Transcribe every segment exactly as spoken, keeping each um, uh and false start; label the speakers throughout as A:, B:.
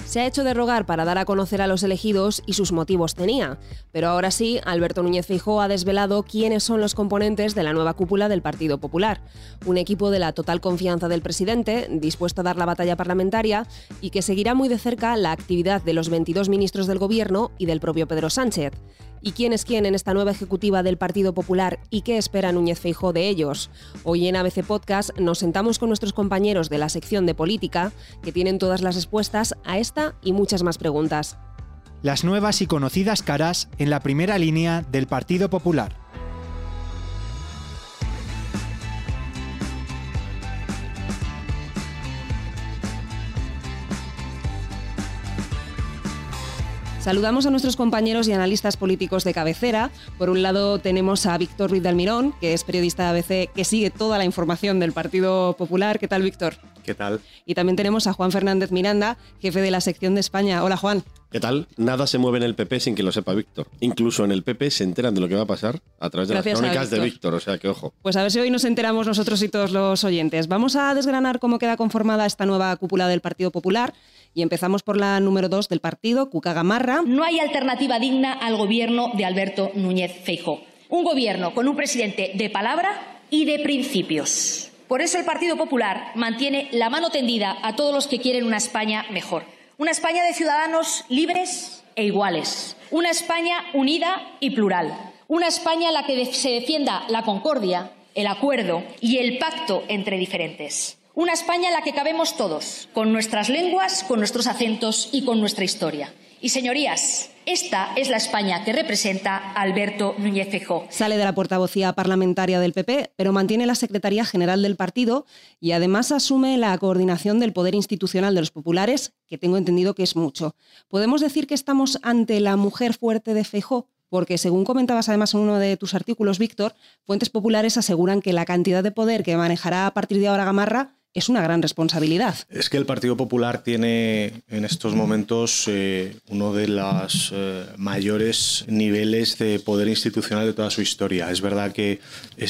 A: Se ha hecho de rogar para dar a conocer a los elegidos y sus motivos tenía. Pero ahora sí, Alberto Núñez Feijóo ha desvelado quiénes son los componentes de la nueva cúpula del Partido Popular. Un equipo de la total confianza del presidente, dispuesto a dar la batalla parlamentaria y que seguirá muy de cerca la actividad de los veintidós ministros del Gobierno y del propio Pedro Sánchez. ¿Y quién es quién en esta nueva ejecutiva del Partido Popular y qué espera Núñez Feijóo de ellos? Hoy en A B C Podcast nos sentamos con nuestros compañeros de la sección de política, que tienen todas las respuestas a esta y muchas más preguntas.
B: Las nuevas y conocidas caras en la primera línea del Partido Popular.
A: Saludamos a nuestros compañeros y analistas políticos de cabecera. Por un lado tenemos a Víctor Ruiz de Almirón, que es periodista de A B C, que sigue toda la información del Partido Popular. ¿Qué tal, Víctor?
C: ¿Qué tal?
A: Y también tenemos a Juan Fernández Miranda, jefe de la sección de España. Hola, Juan.
D: ¿Qué tal? Nada se mueve en el P P sin que lo sepa Víctor. Incluso en el P P se enteran de lo que va a pasar a través de Gracias las crónicas de Víctor, o sea que ojo.
A: Pues a ver si hoy nos enteramos nosotros y todos los oyentes. Vamos a desgranar cómo queda conformada esta nueva cúpula del Partido Popular y empezamos por la número dos del partido, Cuca Gamarra.
E: No hay alternativa digna al gobierno de Alberto Núñez Feijóo. Un gobierno con un presidente de palabra y de principios. Por eso el Partido Popular mantiene la mano tendida a todos los que quieren una España mejor. Una España de ciudadanos libres e iguales. Una España unida y plural. Una España en la que se defienda la concordia, el acuerdo y el pacto entre diferentes. Una España en la que cabemos todos, con nuestras lenguas, con nuestros acentos y con nuestra historia. Y señorías, esta es la España que representa Alberto Núñez Feijóo.
A: Sale de la portavocía parlamentaria del P P, pero mantiene la Secretaría General del partido y además asume la coordinación del poder institucional de los populares, que tengo entendido que es mucho. ¿Podemos decir que estamos ante la mujer fuerte de Feijóo? Porque según comentabas además en uno de tus artículos, Víctor, fuentes populares aseguran que la cantidad de poder que manejará a partir de ahora Gamarra es una gran responsabilidad.
C: Es que el Partido Popular tiene en estos momentos eh, uno de los eh, mayores niveles de poder institucional de toda su historia. Es verdad que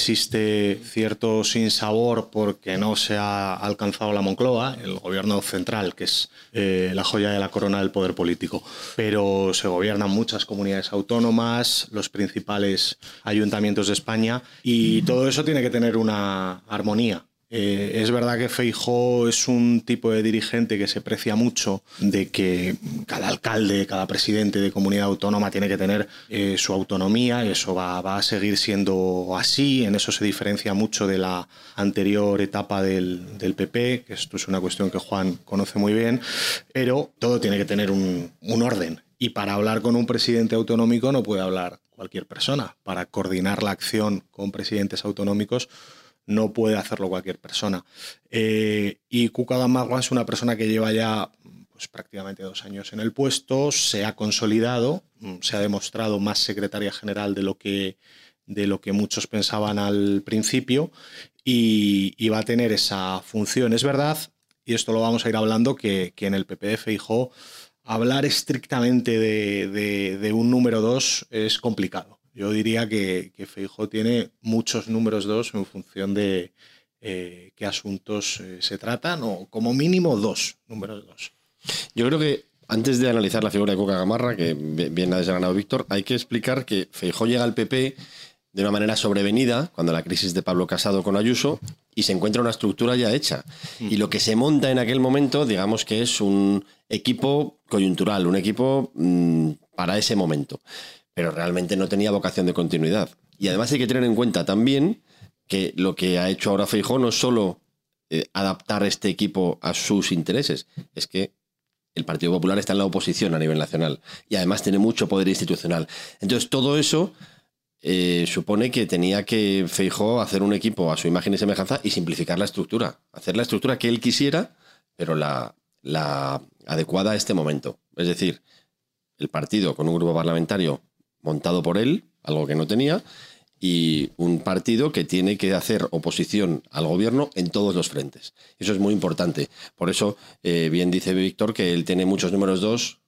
C: existe cierto sinsabor porque no se ha alcanzado la Moncloa, el gobierno central, que es eh, la joya de la corona del poder político. Pero se gobiernan muchas comunidades autónomas, los principales ayuntamientos de España, y todo eso tiene que tener una armonía. Eh, es verdad que Feijóo es un tipo de dirigente que se precia mucho de que cada alcalde, cada presidente de comunidad autónoma tiene que tener eh, su autonomía, y eso va, va a seguir siendo así. En eso se diferencia mucho de la anterior etapa del, del P P, que esto es una cuestión que Juan conoce muy bien, pero todo tiene que tener un, un orden. Y para hablar con un presidente autonómico no puede hablar cualquier persona. Para coordinar la acción con presidentes autonómicos no puede hacerlo cualquier persona. Eh, y Cuca Gamarra es una persona que lleva ya pues, prácticamente dos años en el puesto, se ha consolidado, se ha demostrado más secretaria general de lo que, de lo que muchos pensaban al principio, y, y va a tener esa función. Es verdad, y esto lo vamos a ir hablando, que, que en el P P de Feijóo hablar estrictamente de, de, de un número dos es complicado. Yo diría que, que Feijóo tiene muchos números dos en función de eh, qué asuntos eh, se tratan, o como mínimo dos números dos.
D: Yo creo que antes de analizar la figura de Cuca Gamarra, que bien ha desgranado Víctor, hay que explicar que Feijóo llega al P P de una manera sobrevenida, cuando la crisis de Pablo Casado con Ayuso, y se encuentra una estructura ya hecha. Mm. Y lo que se monta en aquel momento, digamos que es un equipo coyuntural, un equipo mmm, para ese momento. Pero realmente no tenía vocación de continuidad. Y además hay que tener en cuenta también que lo que ha hecho ahora Feijóo no es solo eh, adaptar este equipo a sus intereses, es que el Partido Popular está en la oposición a nivel nacional y además tiene mucho poder institucional. Entonces todo eso eh, supone que tenía que Feijóo hacer un equipo a su imagen y semejanza y simplificar la estructura, hacer la estructura que él quisiera, pero la, la adecuada a este momento. Es decir, el partido con un grupo parlamentario montado por él, algo que no tenía, y un partido que tiene que hacer oposición al gobierno en todos los frentes. Eso es muy importante. Por eso, eh, bien dice Víctor que él tiene muchos números dos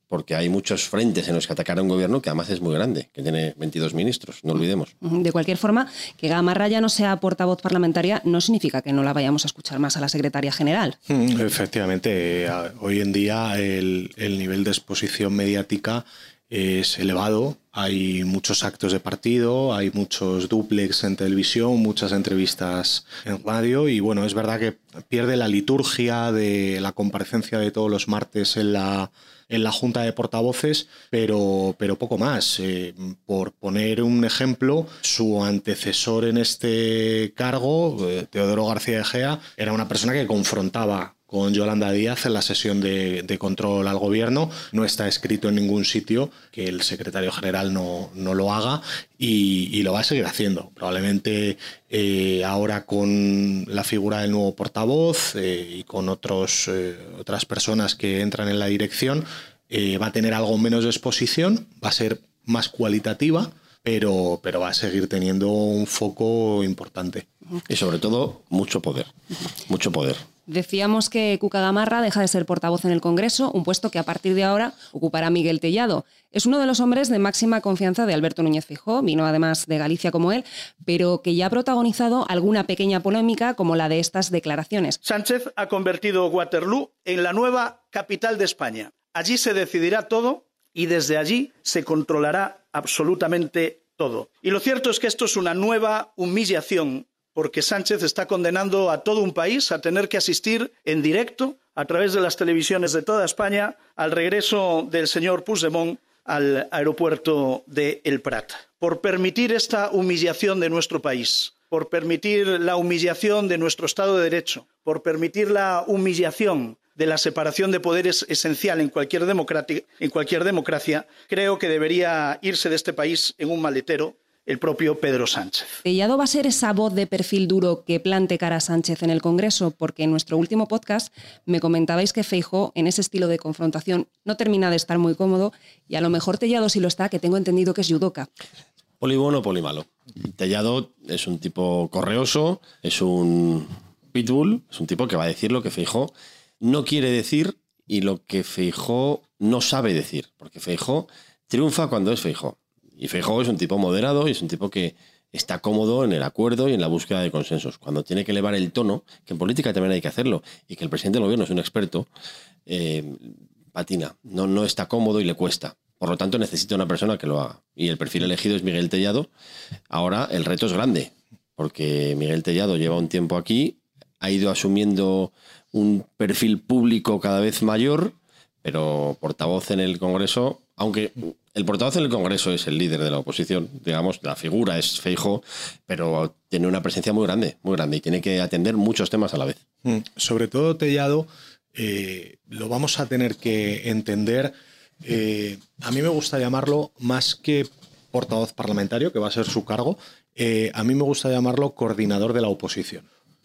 D: porque hay muchos frentes en los que atacar a un gobierno que además es muy grande, que tiene veintidós ministros, no olvidemos.
A: De cualquier forma, que Gamarra ya no sea portavoz parlamentaria no significa que no la vayamos a escuchar más a la secretaria general.
C: Efectivamente, hoy en día el, el nivel de exposición mediática es elevado, hay muchos actos de partido, hay muchos dúplex en televisión, muchas entrevistas en radio y bueno, es verdad que pierde la liturgia de la comparecencia de todos los martes en la, en la Junta de Portavoces, pero, pero poco más. Eh, por poner un ejemplo, su antecesor en este cargo, eh, Teodoro García Egea, era una persona que confrontaba con Yolanda Díaz en la sesión de, de control al gobierno. No está escrito en ningún sitio que el secretario general no, no lo haga y, y lo va a seguir haciendo. Probablemente eh, ahora con la figura del nuevo portavoz eh, y con otros, eh, otras personas que entran en la dirección, eh, va a tener algo menos de exposición, va a ser más cualitativa, pero, pero va a seguir teniendo un foco importante.
D: Y sobre todo, mucho poder. Mucho poder.
A: Decíamos que Cuca Gamarra deja de ser portavoz en el Congreso, un puesto que a partir de ahora ocupará Miguel Tellado. Es uno de los hombres de máxima confianza de Alberto Núñez Feijóo, vino además de Galicia como él, pero que ya ha protagonizado alguna pequeña polémica como la de estas declaraciones.
F: Sánchez ha convertido Waterloo en la nueva capital de España. Allí se decidirá todo y desde allí se controlará absolutamente todo. Y lo cierto es que esto es una nueva humillación, porque Sánchez está condenando a todo un país a tener que asistir en directo, a través de las televisiones de toda España, al regreso del señor Puigdemont al aeropuerto de El Prat. Por permitir esta humillación de nuestro país, por permitir la humillación de nuestro Estado de Derecho, por permitir la humillación de la separación de poderes esencial en cualquier, en cualquier democracia, creo que debería irse de este país en un maletero el propio Pedro Sánchez.
A: ¿Tellado va a ser esa voz de perfil duro que plante cara a Sánchez en el Congreso? Porque en nuestro último podcast me comentabais que Feijóo, en ese estilo de confrontación, no termina de estar muy cómodo y a lo mejor Tellado sí lo está, que tengo entendido que es judoka.
D: Poli bueno, poli malo. Tellado es un tipo correoso, es un pitbull, es un tipo que va a decir lo que Feijóo no quiere decir y lo que Feijóo no sabe decir, porque Feijóo triunfa cuando es Feijóo. Y Feijóo es un tipo moderado y es un tipo que está cómodo en el acuerdo y en la búsqueda de consensos. Cuando tiene que elevar el tono, que en política también hay que hacerlo, y que el presidente del gobierno es un experto, eh, patina, no, no está cómodo y le cuesta. Por lo tanto, necesita una persona que lo haga. Y el perfil elegido es Miguel Tellado. Ahora el reto es grande, porque Miguel Tellado lleva un tiempo aquí, ha ido asumiendo un perfil público cada vez mayor, pero portavoz en el Congreso, aunque el portavoz en el Congreso es el líder de la oposición, digamos, la figura es Feijóo, pero tiene una presencia muy grande, muy grande y tiene que atender muchos temas a la vez.
C: Mm, sobre todo Tellado, eh, lo vamos a tener que entender, eh, a mí me gusta llamarlo más que portavoz parlamentario, que va a ser su cargo, eh, a mí me gusta llamarlo coordinador de la oposición,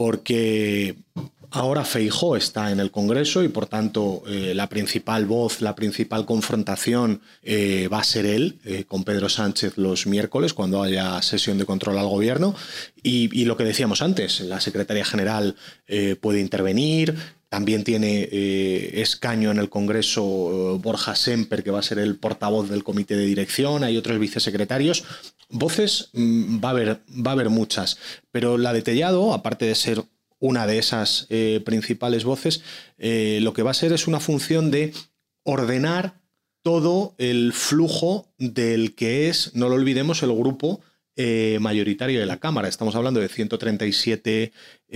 C: porque ahora Feijóo está en el Congreso y, por tanto, eh, la principal voz, la principal confrontación eh, va a ser él, eh, con Pedro Sánchez los miércoles, cuando haya sesión de control al Gobierno. Y, y lo que decíamos antes, la secretaria general eh, puede intervenir. También tiene eh, escaño en el Congreso eh, Borja Semper, que va a ser el portavoz del comité de dirección. Hay otros vicesecretarios. Voces mmm, va a haber, va a haber muchas. Pero la de Tellado, aparte de ser una de esas eh, principales voces, eh, lo que va a ser es una función de ordenar todo el flujo del que es, no lo olvidemos, el grupo eh, mayoritario de la Cámara. Estamos hablando de ciento treinta y siete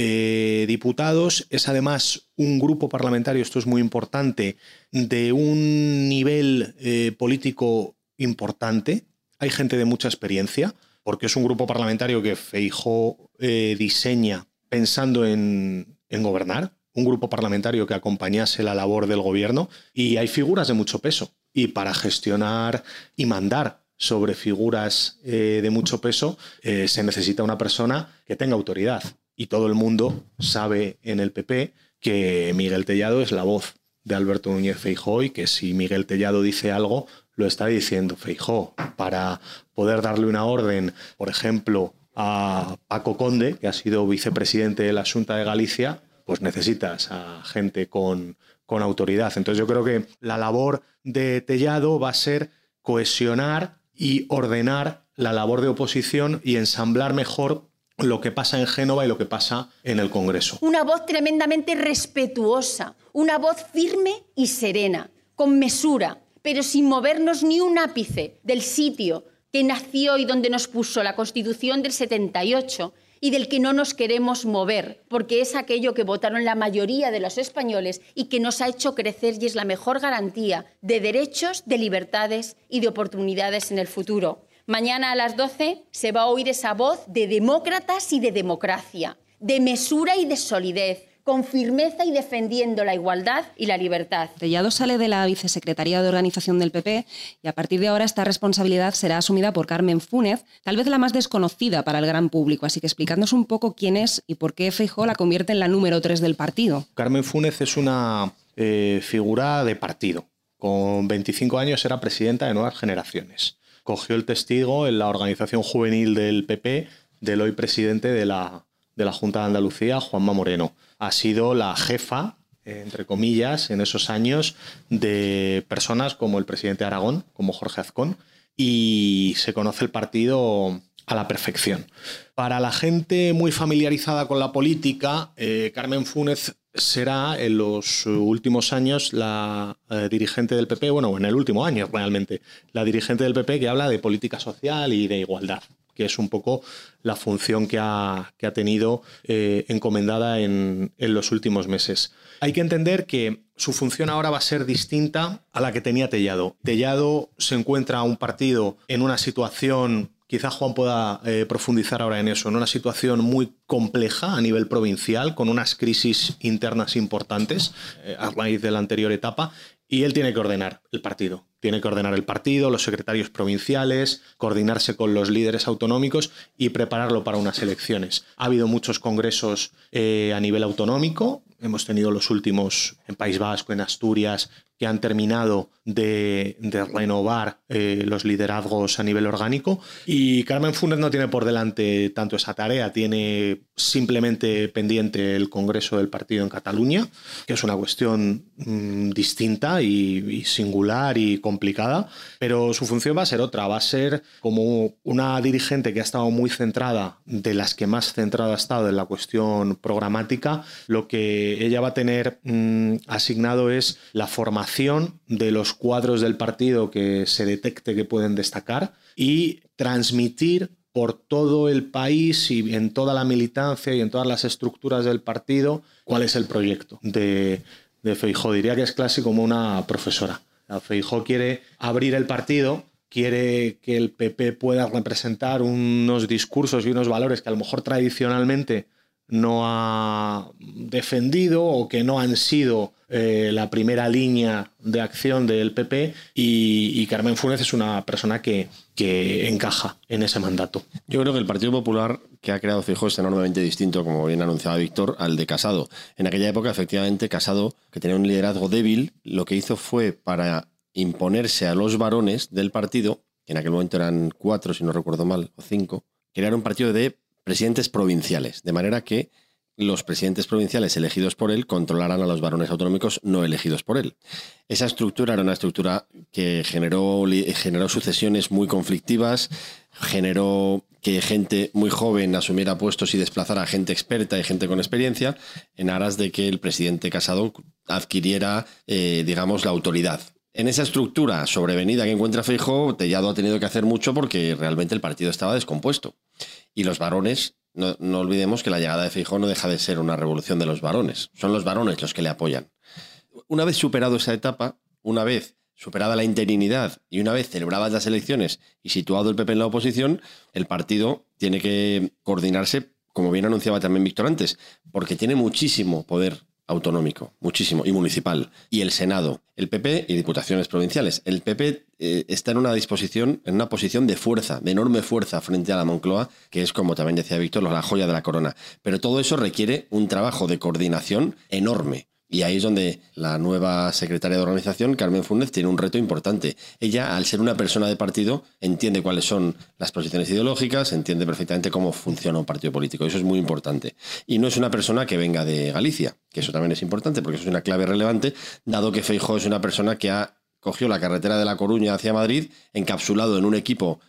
C: eh, diputados. Es además un grupo parlamentario, esto es muy importante, de un nivel eh, político importante. Hay gente de mucha experiencia, porque es un grupo parlamentario que Feijóo eh, diseña pensando en, en gobernar, un grupo parlamentario que acompañase la labor del gobierno, y hay figuras de mucho peso. Y para gestionar y mandar sobre figuras eh, de mucho peso eh, se necesita una persona que tenga autoridad. Y todo el mundo sabe en el P P que Miguel Tellado es la voz de Alberto Núñez Feijóo y que si Miguel Tellado dice algo, lo está diciendo Feijóo. Para poder darle una orden, por ejemplo, a Paco Conde, que ha sido vicepresidente de la Xunta de Galicia, pues necesitas a gente con, con autoridad. Entonces yo creo que la labor de Tellado va a ser cohesionar y ordenar la labor de oposición y ensamblar mejor lo que pasa en Génova y lo que pasa en el Congreso.
G: Una voz tremendamente respetuosa, una voz firme y serena, con mesura, pero sin movernos ni un ápice del sitio que nació y donde nos puso la Constitución del setenta y ocho y del que no nos queremos mover, porque es aquello que votaron la mayoría de los españoles y que nos ha hecho crecer y es la mejor garantía de derechos, de libertades y de oportunidades en el futuro. Mañana a las doce se va a oír esa voz de demócratas y de democracia, de mesura y de solidez, con firmeza y defendiendo la igualdad y la libertad.
A: Tellado sale de la vicesecretaría de organización del P P y a partir de ahora esta responsabilidad será asumida por Carmen Fúnez, tal vez la más desconocida para el gran público. Así que explicadnos un poco quién es y por qué Feijóo la convierte en la número tres del partido.
C: Carmen Fúnez es una eh, figura de partido. Con veinticinco años era presidenta de Nuevas Generaciones. Cogió el testigo en la organización juvenil del P P del hoy presidente de la, de la Junta de Andalucía, Juanma Moreno. Ha sido la jefa, entre comillas, en esos años de personas como el presidente de Aragón, como Jorge Azcón, y se conoce el partido a la perfección. Para la gente muy familiarizada con la política, eh, Carmen Fúnez será en los últimos años la eh, dirigente del P P, bueno, en el último año realmente, la dirigente del P P que habla de política social y de igualdad, que es un poco la función que ha, que ha tenido eh, encomendada en, en los últimos meses. Hay que entender que su función ahora va a ser distinta a la que tenía Tellado. Tellado se encuentra un partido en una situación, quizá Juan pueda eh, profundizar ahora en eso, en una situación muy compleja a nivel provincial, con unas crisis internas importantes eh, a raíz de la anterior etapa, y él tiene que ordenar el partido. Tiene que ordenar el partido, los secretarios provinciales, coordinarse con los líderes autonómicos y prepararlo para unas elecciones. Ha habido muchos congresos eh, a nivel autonómico. Hemos tenido los últimos en País Vasco, en Asturias, que han terminado de, de renovar eh, los liderazgos a nivel orgánico. Y Carmen Fúnez no tiene por delante tanto esa tarea, tiene simplemente pendiente el Congreso del partido en Cataluña, que es una cuestión mmm, distinta y, y singular y complicada, pero su función va a ser otra, va a ser como una dirigente que ha estado muy centrada, de las que más centrada ha estado en la cuestión programática. Lo que ella va a tener mmm, asignado es la formación de los cuadros del partido que se detecte que pueden destacar y transmitir por todo el país y en toda la militancia y en todas las estructuras del partido cuál es el proyecto de, de Feijóo. Diría que es casi como una profesora. Feijóo quiere abrir el partido, quiere que el P P pueda representar unos discursos y unos valores que a lo mejor tradicionalmente no ha defendido o que no han sido eh, la primera línea de acción del P P, y, y Carmen Fúnez es una persona que, que encaja en ese mandato.
D: Yo creo que el Partido Popular que ha creado Feijóo es enormemente distinto, como bien anunciaba Víctor, al de Casado. En aquella época, efectivamente, Casado, que tenía un liderazgo débil, lo que hizo fue, para imponerse a los varones del partido, que en aquel momento eran cuatro, si no recuerdo mal, o cinco, crear un partido de presidentes provinciales, de manera que los presidentes provinciales elegidos por él controlaran a los varones autonómicos no elegidos por él. Esa estructura era una estructura que generó, generó sucesiones muy conflictivas, generó que gente muy joven asumiera puestos y desplazara a gente experta y gente con experiencia en aras de que el presidente Casado adquiriera, eh, digamos, la autoridad. En esa estructura sobrevenida que encuentra Feijóo, Tellado ha tenido que hacer mucho porque realmente el partido estaba descompuesto. Y los varones, no, no olvidemos que la llegada de Feijóo no deja de ser una revolución de los varones. Son los varones los que le apoyan. Una vez superado esa etapa, una vez superada la interinidad y una vez celebradas las elecciones y situado el P P en la oposición, el partido tiene que coordinarse, como bien anunciaba también Víctor antes, porque tiene muchísimo poder autonómico, muchísimo, y municipal, y el Senado, el P P y diputaciones provinciales. El P P eh, está en una disposición, en una posición de fuerza, de enorme fuerza frente a la Moncloa, que es, como también decía Víctor, la joya de la corona. Pero todo eso requiere un trabajo de coordinación enorme. Y ahí es donde la nueva secretaria de organización, Carmen Fúnez, tiene un reto importante. Ella, al ser una persona de partido, entiende cuáles son las posiciones ideológicas, entiende perfectamente cómo funciona un partido político. Eso es muy importante. Y no es una persona que venga de Galicia, que eso también es importante, porque eso es una clave relevante, dado que Feijóo es una persona que ha cogió la carretera de La Coruña hacia Madrid, encapsulado en un equipo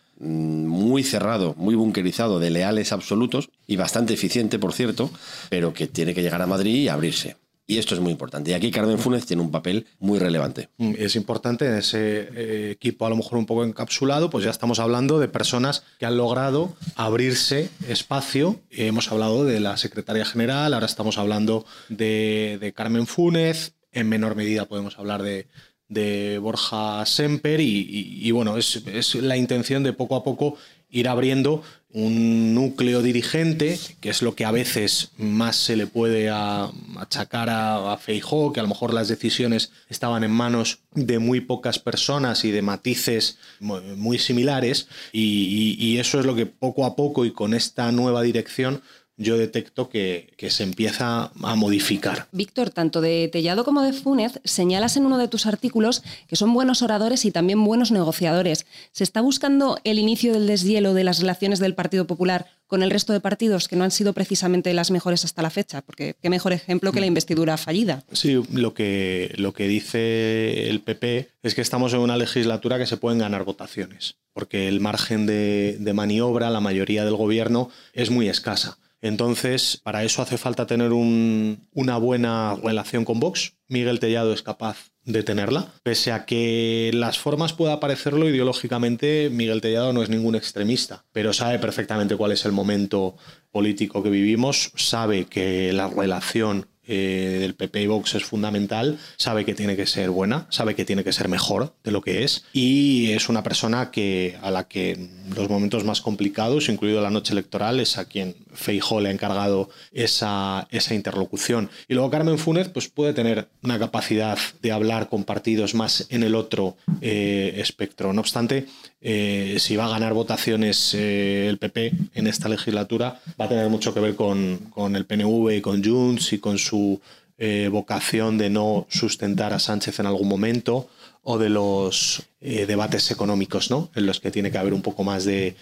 D: muy cerrado, muy bunkerizado, de leales absolutos, y bastante eficiente, por cierto, pero que tiene que llegar a Madrid y abrirse. Y esto es muy importante. Y aquí Carmen Fúnez tiene un papel muy relevante.
C: Es importante en ese eh, equipo a lo mejor un poco encapsulado, pues ya estamos hablando de personas que han logrado abrirse espacio. Eh, hemos hablado de la secretaria general, ahora estamos hablando de, de Carmen Fúnez, en menor medida podemos hablar de, de Borja Semper y, y, y bueno, es, es la intención de poco a poco ir abriendo un núcleo dirigente, que es lo que a veces más se le puede a, achacar a, a Feijóo, que a lo mejor las decisiones estaban en manos de muy pocas personas y de matices muy, muy similares, y, y, y eso es lo que poco a poco y con esta nueva dirección yo detecto que, que se empieza a modificar.
A: Víctor, tanto de Tellado como de Fúnez señalas en uno de tus artículos que son buenos oradores y también buenos negociadores. ¿Se está buscando el inicio del deshielo de las relaciones del Partido Popular con el resto de partidos que no han sido precisamente las mejores hasta la fecha? Porque qué mejor ejemplo que la investidura fallida.
C: Sí, lo que, lo que dice el P P es que estamos en una legislatura que se pueden ganar votaciones, porque el margen de, de maniobra, la mayoría del gobierno, es muy escasa. Entonces, para eso hace falta tener un, una buena relación con Vox. Miguel Tellado es capaz de tenerla. Pese a que las formas pueda parecerlo, ideológicamente Miguel Tellado no es ningún extremista, pero sabe perfectamente cuál es el momento político que vivimos, sabe que la relación eh, del P P y Vox es fundamental, sabe que tiene que ser buena, sabe que tiene que ser mejor de lo que es, y es una persona que, a la que en los momentos más complicados, incluido la noche electoral, es a quien Feijóo le ha encargado esa, esa interlocución. Y luego Carmen Fúnez pues, puede tener una capacidad de hablar con partidos más en el otro eh, espectro. No obstante, eh, si va a ganar votaciones eh, el P P en esta legislatura, va a tener mucho que ver con, con el P N V y con Junts y con su eh, vocación de no sustentar a Sánchez en algún momento, o de los eh, debates económicos, ¿no? En los que tiene que haber un poco más de,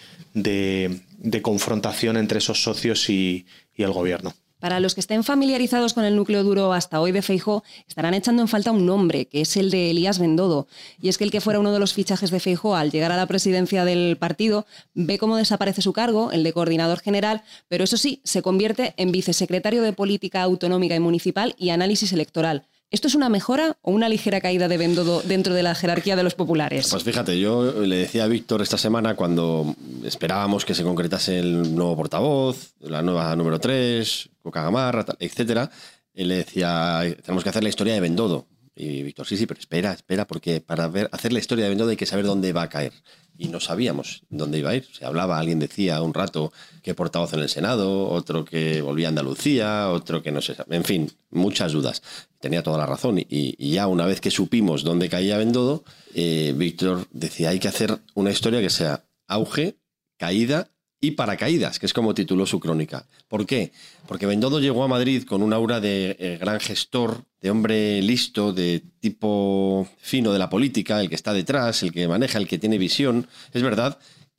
C: de, de confrontación entre esos socios y, y el gobierno.
A: Para los que estén familiarizados con el núcleo duro hasta hoy de Feijóo, estarán echando en falta un nombre, que es el de Elías Bendodo. Y es que el que fuera uno de los fichajes de Feijóo al llegar a la presidencia del partido ve cómo desaparece su cargo, el de coordinador general, pero eso sí, se convierte en vicesecretario de Política Autonómica y Municipal y Análisis Electoral. ¿Esto es una mejora o una ligera caída de Bendodo dentro de la jerarquía de los populares?
D: Pues fíjate, yo le decía a Víctor esta semana, cuando esperábamos que se concretase el nuevo portavoz, la nueva número tres, Cuca Gamarra, etcétera, y le decía, tenemos que hacer la historia de Bendodo. Y Víctor, sí, sí, pero espera, espera, porque para ver, hacer la historia de Bendodo hay que saber dónde va a caer. Y no sabíamos dónde iba a ir. Se hablaba, alguien decía un rato que portavoz en el Senado, otro que volvía a Andalucía, otro que no sé. En fin, muchas dudas. Tenía toda la razón. Y, y ya una vez que supimos dónde caía Bendodo, eh, Víctor decía, hay que hacer una historia que sea auge, caída y paracaídas, que es como tituló su crónica. ¿Por qué? Porque Bendodo llegó a Madrid con un aura de eh, gran gestor, de hombre listo, de tipo fino de la política, el que está detrás, el que maneja, el que tiene visión. Es verdad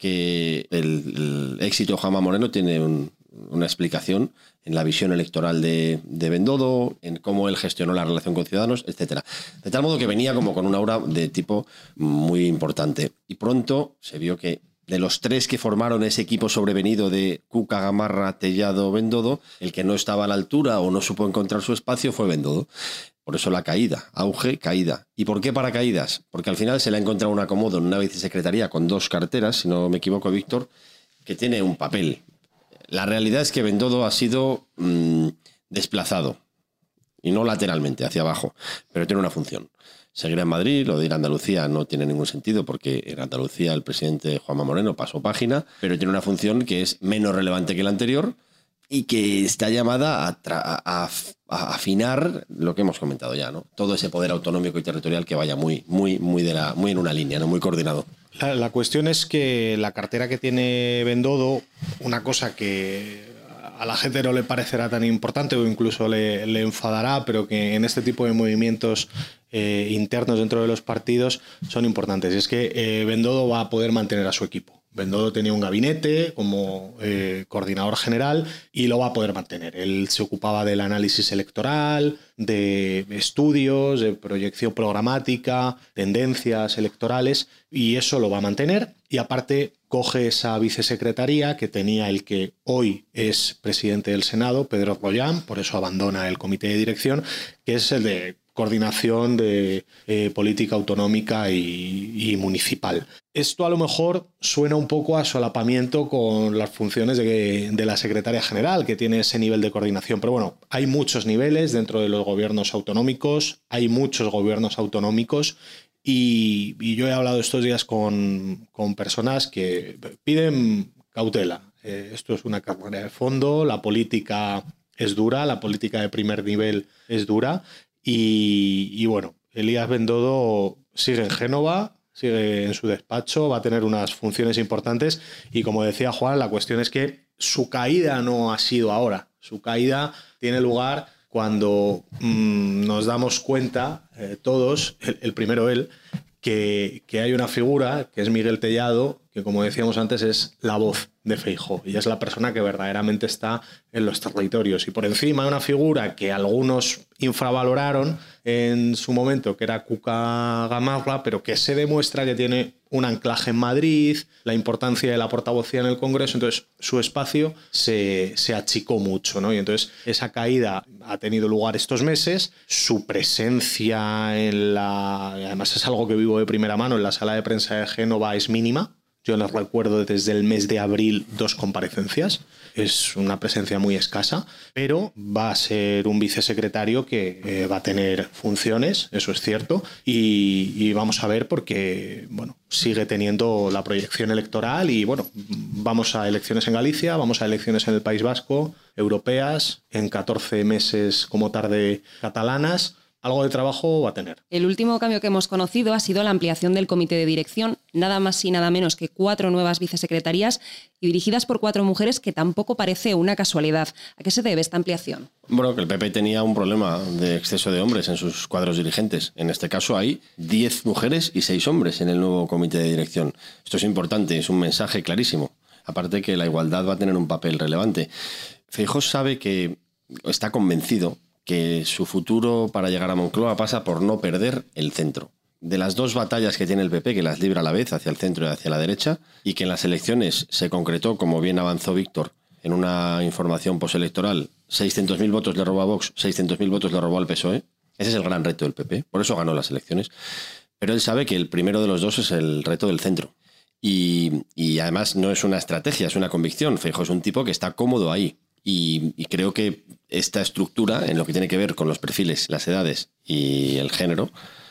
D: que el, el éxito de Juanma Moreno tiene un, una explicación en la visión electoral de, de Bendodo, en cómo él gestionó la relación con Ciudadanos, etcétera. De tal modo que venía como con un aura de tipo muy importante. Y pronto se vio que de los tres que formaron ese equipo sobrevenido de Cuca, Gamarra, Tellado, Bendodo, el que no estaba a la altura o no supo encontrar su espacio fue Bendodo. Por eso la caída, auge, caída. ¿Y por qué paracaídas? Porque al final se le ha encontrado un acomodo en una vicesecretaría con dos carteras, si no me equivoco, Víctor, que tiene un papel. La realidad es que Bendodo ha sido mmm, desplazado, y no lateralmente, hacia abajo, pero tiene una función. Seguirá en Madrid, lo de ir a Andalucía no tiene ningún sentido porque en Andalucía el presidente Juanma Moreno pasó página, pero tiene una función que es menos relevante que la anterior y que está llamada a, a, a afinar lo que hemos comentado ya, ¿no? Todo ese poder autonómico y territorial que vaya muy, muy, muy, de la, muy en una línea, ¿no? Muy coordinado.
C: La, la cuestión es que la cartera que tiene Bendodo, una cosa que a la gente no le parecerá tan importante o incluso le, le enfadará, pero que en este tipo de movimientos eh, internos dentro de los partidos son importantes. Y es que eh, Bendodo va a poder mantener a su equipo. Bendodo tenía un gabinete como eh, coordinador general y lo va a poder mantener. Él se ocupaba del análisis electoral, de estudios, de proyección programática, tendencias electorales, y eso lo va a mantener. Y aparte coge esa vicesecretaría que tenía el que hoy es presidente del Senado, Pedro Rollán, por eso abandona el comité de dirección, que es el de coordinación de eh, política autonómica y, y municipal. Esto a lo mejor suena un poco a solapamiento con las funciones de, de la secretaria general, que tiene ese nivel de coordinación. Pero bueno, hay muchos niveles dentro de los gobiernos autonómicos, hay muchos gobiernos autonómicos y, y yo he hablado estos días con, con personas que piden cautela. Eh, esto es una carrera de fondo, la política es dura, la política de primer nivel es dura. Y, y bueno, Elías Bendodo sigue en Génova, sigue en su despacho, va a tener unas funciones importantes y como decía Juan, la cuestión es que su caída no ha sido ahora, su caída tiene lugar cuando mmm, nos damos cuenta eh, todos, el, el primero él, que, que hay una figura que es Miguel Tellado, que como decíamos antes es la voz de Feijóo y es la persona que verdaderamente está en los territorios. Y por encima de una figura que algunos infravaloraron en su momento, que era Cuca Gamarra, pero que se demuestra que tiene un anclaje en Madrid, la importancia de la portavocía en el Congreso, entonces su espacio se, se achicó mucho, ¿no? Y entonces esa caída ha tenido lugar estos meses, su presencia en la... además es algo que vivo de primera mano, en la sala de prensa de Génova es mínima. Yo les recuerdo desde el mes de abril dos comparecencias. Es una presencia muy escasa, pero va a ser un vicesecretario que eh, va a tener funciones, eso es cierto, y, y vamos a ver porque bueno, sigue teniendo la proyección electoral y bueno, vamos a elecciones en Galicia, vamos a elecciones en el País Vasco, europeas, en catorce meses como tarde catalanas. Algo de trabajo va a tener.
A: El último cambio que hemos conocido ha sido la ampliación del comité de dirección, nada más y nada menos que cuatro nuevas vicesecretarías y dirigidas por cuatro mujeres, que tampoco parece una casualidad. ¿A qué se debe esta ampliación?
D: Bueno, que el P P tenía un problema de exceso de hombres en sus cuadros dirigentes. En este caso hay diez mujeres y seis hombres en el nuevo comité de dirección. Esto es importante, es un mensaje clarísimo. Aparte que la igualdad va a tener un papel relevante. Feijóo sabe que está convencido que su futuro para llegar a Moncloa pasa por no perder el centro. De las dos batallas que tiene el P P, que las libra a la vez hacia el centro y hacia la derecha, y que en las elecciones se concretó, como bien avanzó Víctor, en una información postelectoral, seiscientos mil votos le robó a Vox, seiscientos mil votos le robó al P S O E. Ese es el gran reto del P P, por eso ganó las elecciones. Pero él sabe que el primero de los dos es el reto del centro. Y, y además no es una estrategia, es una convicción. Feijóo es un tipo que está cómodo ahí. Y, y creo que esta estructura, en lo que tiene que ver con los perfiles, las edades y el género,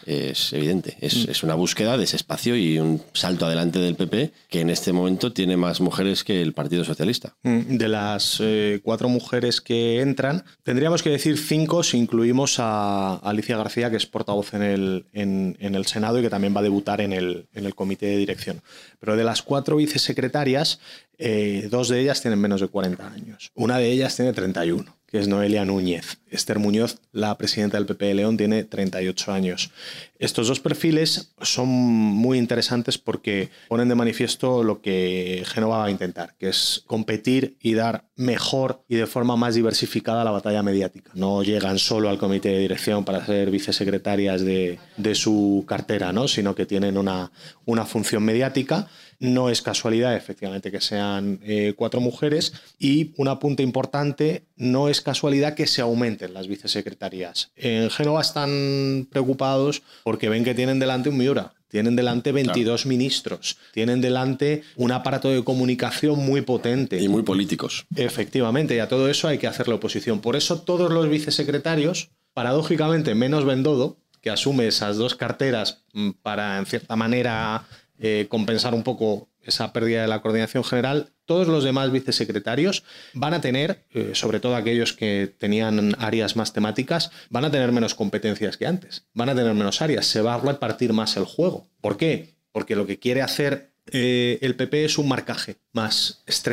D: es evidente. Es, mm. es una búsqueda de ese espacio y un salto adelante del P P, que en este momento tiene más mujeres que el Partido Socialista.
C: De las eh, cuatro mujeres que entran, tendríamos que decir cinco si incluimos a Alicia García, que es portavoz en el, en, en el Senado y que también va a debutar en el, en el comité de dirección. Pero de las cuatro vicesecretarias, eh, dos de ellas tienen menos de cuarenta años. Una de ellas tiene treinta y uno, que es Noelia Núñez. Esther Muñoz, la presidenta del P P de León, tiene treinta y ocho años. Estos dos perfiles son muy interesantes porque ponen de manifiesto lo que Génova va a intentar, que es competir y dar mejor y de forma más diversificada la batalla mediática. No llegan solo al comité de dirección para ser vicesecretarias de, de su cartera, ¿no? Sino que tienen una, una función mediática. No es casualidad, efectivamente, que sean eh, cuatro mujeres y un apunte importante, no es casualidad que se aumenten las vicesecretarías. En Génova están preocupados porque ven que tienen delante un Miura, tienen delante veintidós claro. ministros, tienen delante un aparato de comunicación muy potente.
D: Y muy políticos.
C: Efectivamente, y a todo eso hay que hacerle oposición. Por eso todos los vicesecretarios, paradójicamente menos Bendodo, que asume esas dos carteras para, en cierta manera, Eh, compensar un poco esa pérdida de la coordinación general, todos los demás vicesecretarios van a tener, eh, sobre todo aquellos que tenían áreas más temáticas, van a tener menos competencias que antes, van a tener menos áreas, se va a repartir más el juego. ¿Por qué? Porque lo que quiere hacer eh, el P P es un marcaje más estrecho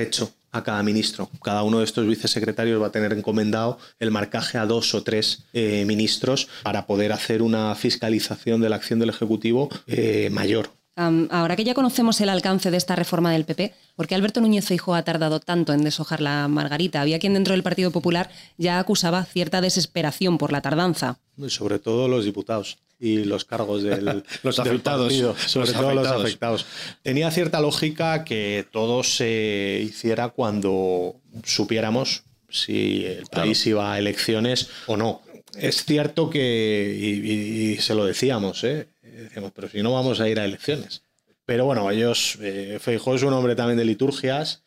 C: a cada ministro. Cada uno de estos vicesecretarios va a tener encomendado el marcaje a dos o tres eh, ministros para poder hacer una fiscalización de la acción del Ejecutivo eh, mayor.
A: Um, ahora que ya conocemos el alcance de esta reforma del P P, ¿por qué Alberto Núñez Feijóo ha tardado tanto en deshojar la margarita? Había quien dentro del Partido Popular ya acusaba cierta desesperación por la tardanza.
C: Sobre todo los diputados y los cargos del,
D: los
C: del
D: afectados,
C: partido, sobre
D: los
C: todo
D: afectados.
C: los afectados. Tenía cierta lógica que todo se hiciera cuando supiéramos si el país claro. iba a elecciones o no. Es cierto que, y, y, y se lo decíamos, ¿eh? Decíamos, pero si no vamos a ir a elecciones. Pero bueno, ellos, eh, Feijóo es un hombre también de liturgias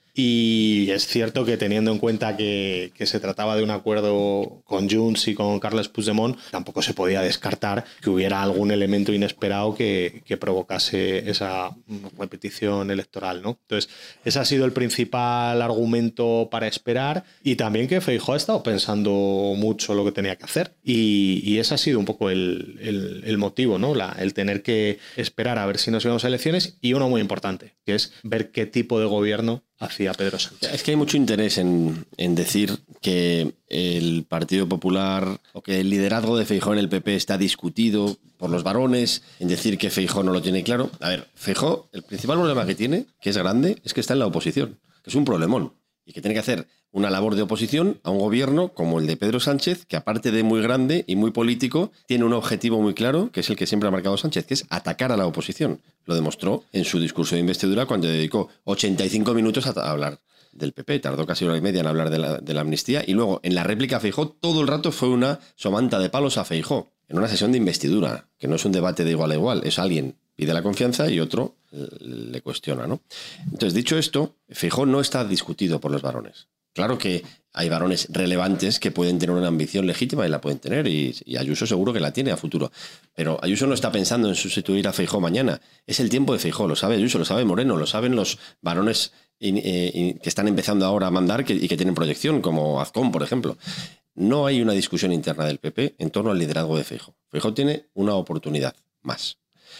C: y es cierto que teniendo en cuenta que, que se trataba de un acuerdo con Junts y con Carles Puigdemont, tampoco se podía descartar que hubiera algún elemento inesperado que, que provocase esa repetición electoral, ¿no? Entonces, ese ha sido el principal argumento para esperar y también que Feijóo ha estado pensando mucho lo que tenía que hacer y, y ese ha sido un poco el, el, el motivo, ¿no? La, el tener que esperar a ver si nos íbamos a elecciones y uno muy importante, que es ver qué tipo de gobierno hacía Pedro Sánchez.
D: Es que hay mucho interés en, en decir que el Partido Popular o que el liderazgo de Feijóo en el P P está discutido por los varones, en decir que Feijóo no lo tiene claro. A ver, Feijóo, el principal problema que tiene, que es grande, es que está en la oposición, que es un problemón y que tiene que hacer una labor de oposición a un gobierno como el de Pedro Sánchez, que aparte de muy grande y muy político, tiene un objetivo muy claro, que es el que siempre ha marcado Sánchez, que es atacar a la oposición. Lo demostró en su discurso de investidura cuando dedicó ochenta y cinco minutos a hablar del P P, tardó casi una hora y media en hablar de la, de la amnistía, y luego en la réplica a Feijóo todo el rato fue una somanta de palos a Feijóo, en una sesión de investidura, que no es un debate de igual a igual, es alguien pide la confianza y otro le cuestiona, ¿no? Entonces, dicho esto, Feijóo no está discutido por los varones. Claro que hay varones relevantes que pueden tener una ambición legítima y la pueden tener, y, y Ayuso seguro que la tiene a futuro. Pero Ayuso no está pensando en sustituir a Feijóo mañana. Es el tiempo de Feijóo, lo sabe Ayuso, lo sabe Moreno, lo saben los varones in, eh, in, que están empezando ahora a mandar que, y que tienen proyección, como Azcón, por ejemplo. No hay una discusión interna del P P en torno al liderazgo de Feijóo. Feijóo tiene una oportunidad más.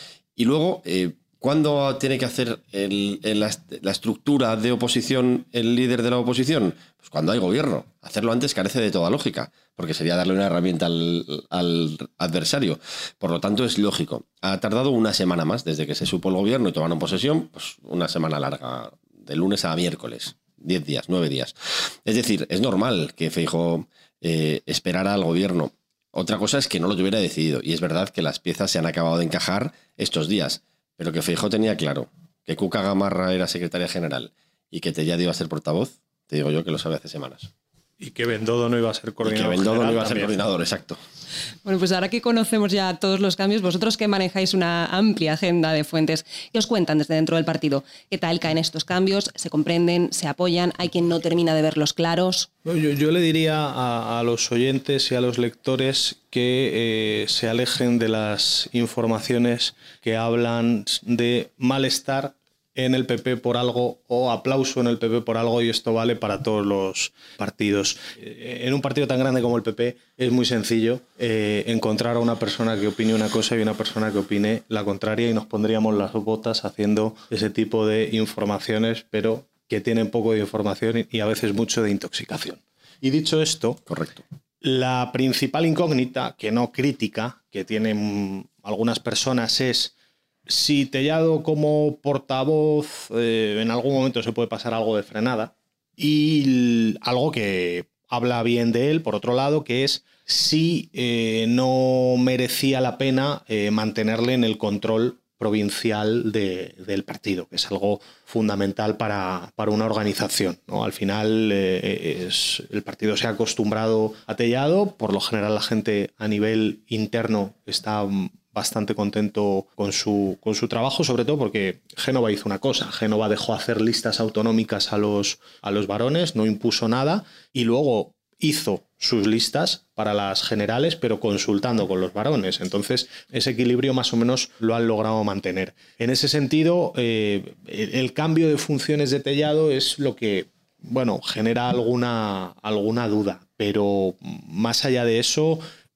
D: Y luego, eh, ¿cuándo tiene que hacer el, el, la, la estructura de oposición el líder de la oposición? Pues cuando hay gobierno. Hacerlo antes carece de toda lógica, porque sería darle una herramienta al, al adversario. Por lo tanto, es lógico. Ha tardado una semana más desde que se supo el gobierno y tomaron posesión, pues una semana larga, de lunes a miércoles, diez días, nueve días. Es decir, es normal que Feijóo eh, esperara al gobierno. Otra cosa es que no lo tuviera decidido, y es verdad que las piezas se han acabado de encajar estos días, pero que Feijóo tenía claro que Cuca Gamarra era secretaria general y que Tellado iba a ser portavoz, te digo yo que lo sabe hace semanas.
C: Y que Bendodo no iba a ser coordinador.
D: Y que Bendodo no iba a ser
C: también.
D: coordinador, exacto.
A: Bueno, pues ahora que conocemos ya todos los cambios, vosotros que manejáis una amplia agenda de fuentes, ¿qué os cuentan desde dentro del partido? ¿Qué tal caen estos cambios? ¿Se comprenden? ¿Se apoyan? ¿Hay quien no termina de verlos claros?
C: Yo, yo le diría a, a los oyentes y a los lectores que eh, se alejen de las informaciones que hablan de malestar en el P P por algo o aplauso en el P P por algo, y esto vale para todos los partidos. En un partido tan grande como el P P es muy sencillo eh, encontrar a una persona que opine una cosa y una persona que opine la contraria, y nos pondríamos las botas haciendo ese tipo de informaciones, pero que tienen poco de información y a veces mucho de intoxicación. Y dicho esto,
D: correcto.
C: La principal incógnita, que no crítica, que tienen algunas personas es si Tellado como portavoz eh, en algún momento se puede pasar algo de frenada, y algo que habla bien de él, por otro lado, que es si eh, no merecía la pena eh, mantenerle en el control provincial de, del partido, que es algo fundamental para, para una organización, ¿no? Al final eh, es, el partido se ha acostumbrado a Tellado, por lo general la gente a nivel interno está bastante contento con su, con su trabajo, sobre todo porque Génova hizo una cosa. Génova dejó hacer listas autonómicas a los, a los varones, no impuso nada, y luego hizo sus listas para las generales, pero consultando con los varones. Entonces, ese equilibrio más o menos lo han logrado mantener. En ese sentido, eh, el, el cambio de funciones de Tellado es lo que, bueno, genera alguna, alguna duda, pero más allá de eso,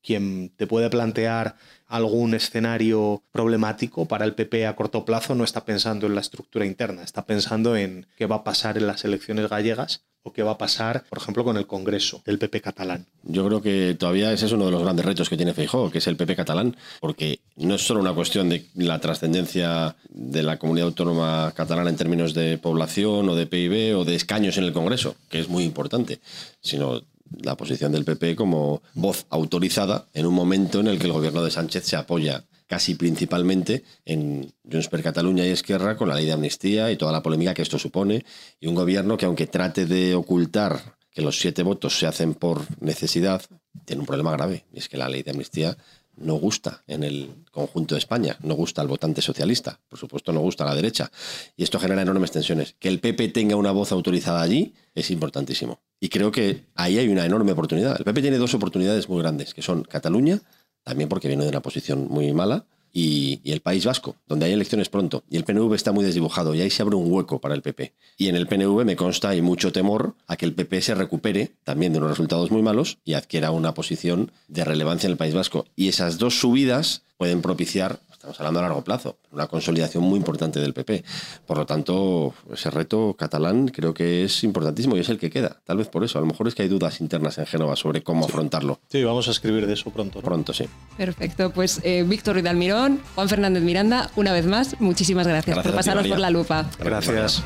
C: quien te puede plantear algún escenario problemático para el P P a corto plazo no está pensando en la estructura interna, está pensando en qué va a pasar en las elecciones gallegas o qué va a pasar, por ejemplo, con el Congreso del P P catalán.
D: Yo creo que todavía ese es uno de los grandes retos que tiene Feijóo, que es el P P catalán, porque no es solo una cuestión de la trascendencia de la comunidad autónoma catalana en términos de población o de P I B o de escaños en el Congreso, que es muy importante, sino la posición del P P como voz autorizada en un momento en el que el gobierno de Sánchez se apoya casi principalmente en Junts per Catalunya y Esquerra con la ley de amnistía y toda la polémica que esto supone, y un gobierno que, aunque trate de ocultar que los siete votos se hacen por necesidad, tiene un problema grave, y es que la ley de amnistía no gusta en el conjunto de España, no gusta al votante socialista, por supuesto no gusta a la derecha, y esto genera enormes tensiones. Que el P P tenga una voz autorizada allí es importantísimo, y creo que ahí hay una enorme oportunidad. El P P tiene dos oportunidades muy grandes, que son Cataluña, también porque viene de una posición muy mala, y, y el País Vasco, donde hay elecciones pronto, y el P N V está muy desdibujado, y ahí se abre un hueco para el P P. Y en el P N V me consta, hay mucho temor a que el P P se recupere también de unos resultados muy malos y adquiera una posición de relevancia en el País Vasco. Y esas dos subidas pueden propiciar, estamos hablando a largo plazo, una consolidación muy importante del P P. Por lo tanto, ese reto catalán creo que es importantísimo y es el que queda. Tal vez por eso. A lo mejor es que hay dudas internas en Génova sobre cómo
C: sí.
D: afrontarlo.
C: Sí, vamos a escribir de eso pronto, ¿no?
D: Pronto, sí.
A: Perfecto. Pues eh, Víctor Ruiz de Almirón, Juan Fernández Miranda, una vez más, muchísimas gracias, gracias por pasaros por la lupa.
C: Gracias.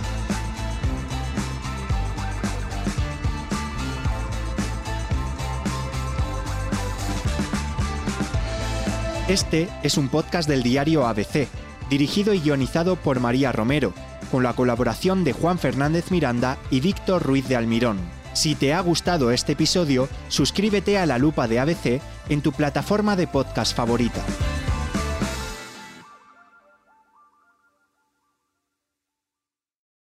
B: Este es un podcast del diario A B C, dirigido y guionizado por María Romero, con la colaboración de Juan Fernández Miranda y Víctor Ruiz de Almirón. Si te ha gustado este episodio, suscríbete a La Lupa de A B C en tu plataforma de podcast favorita.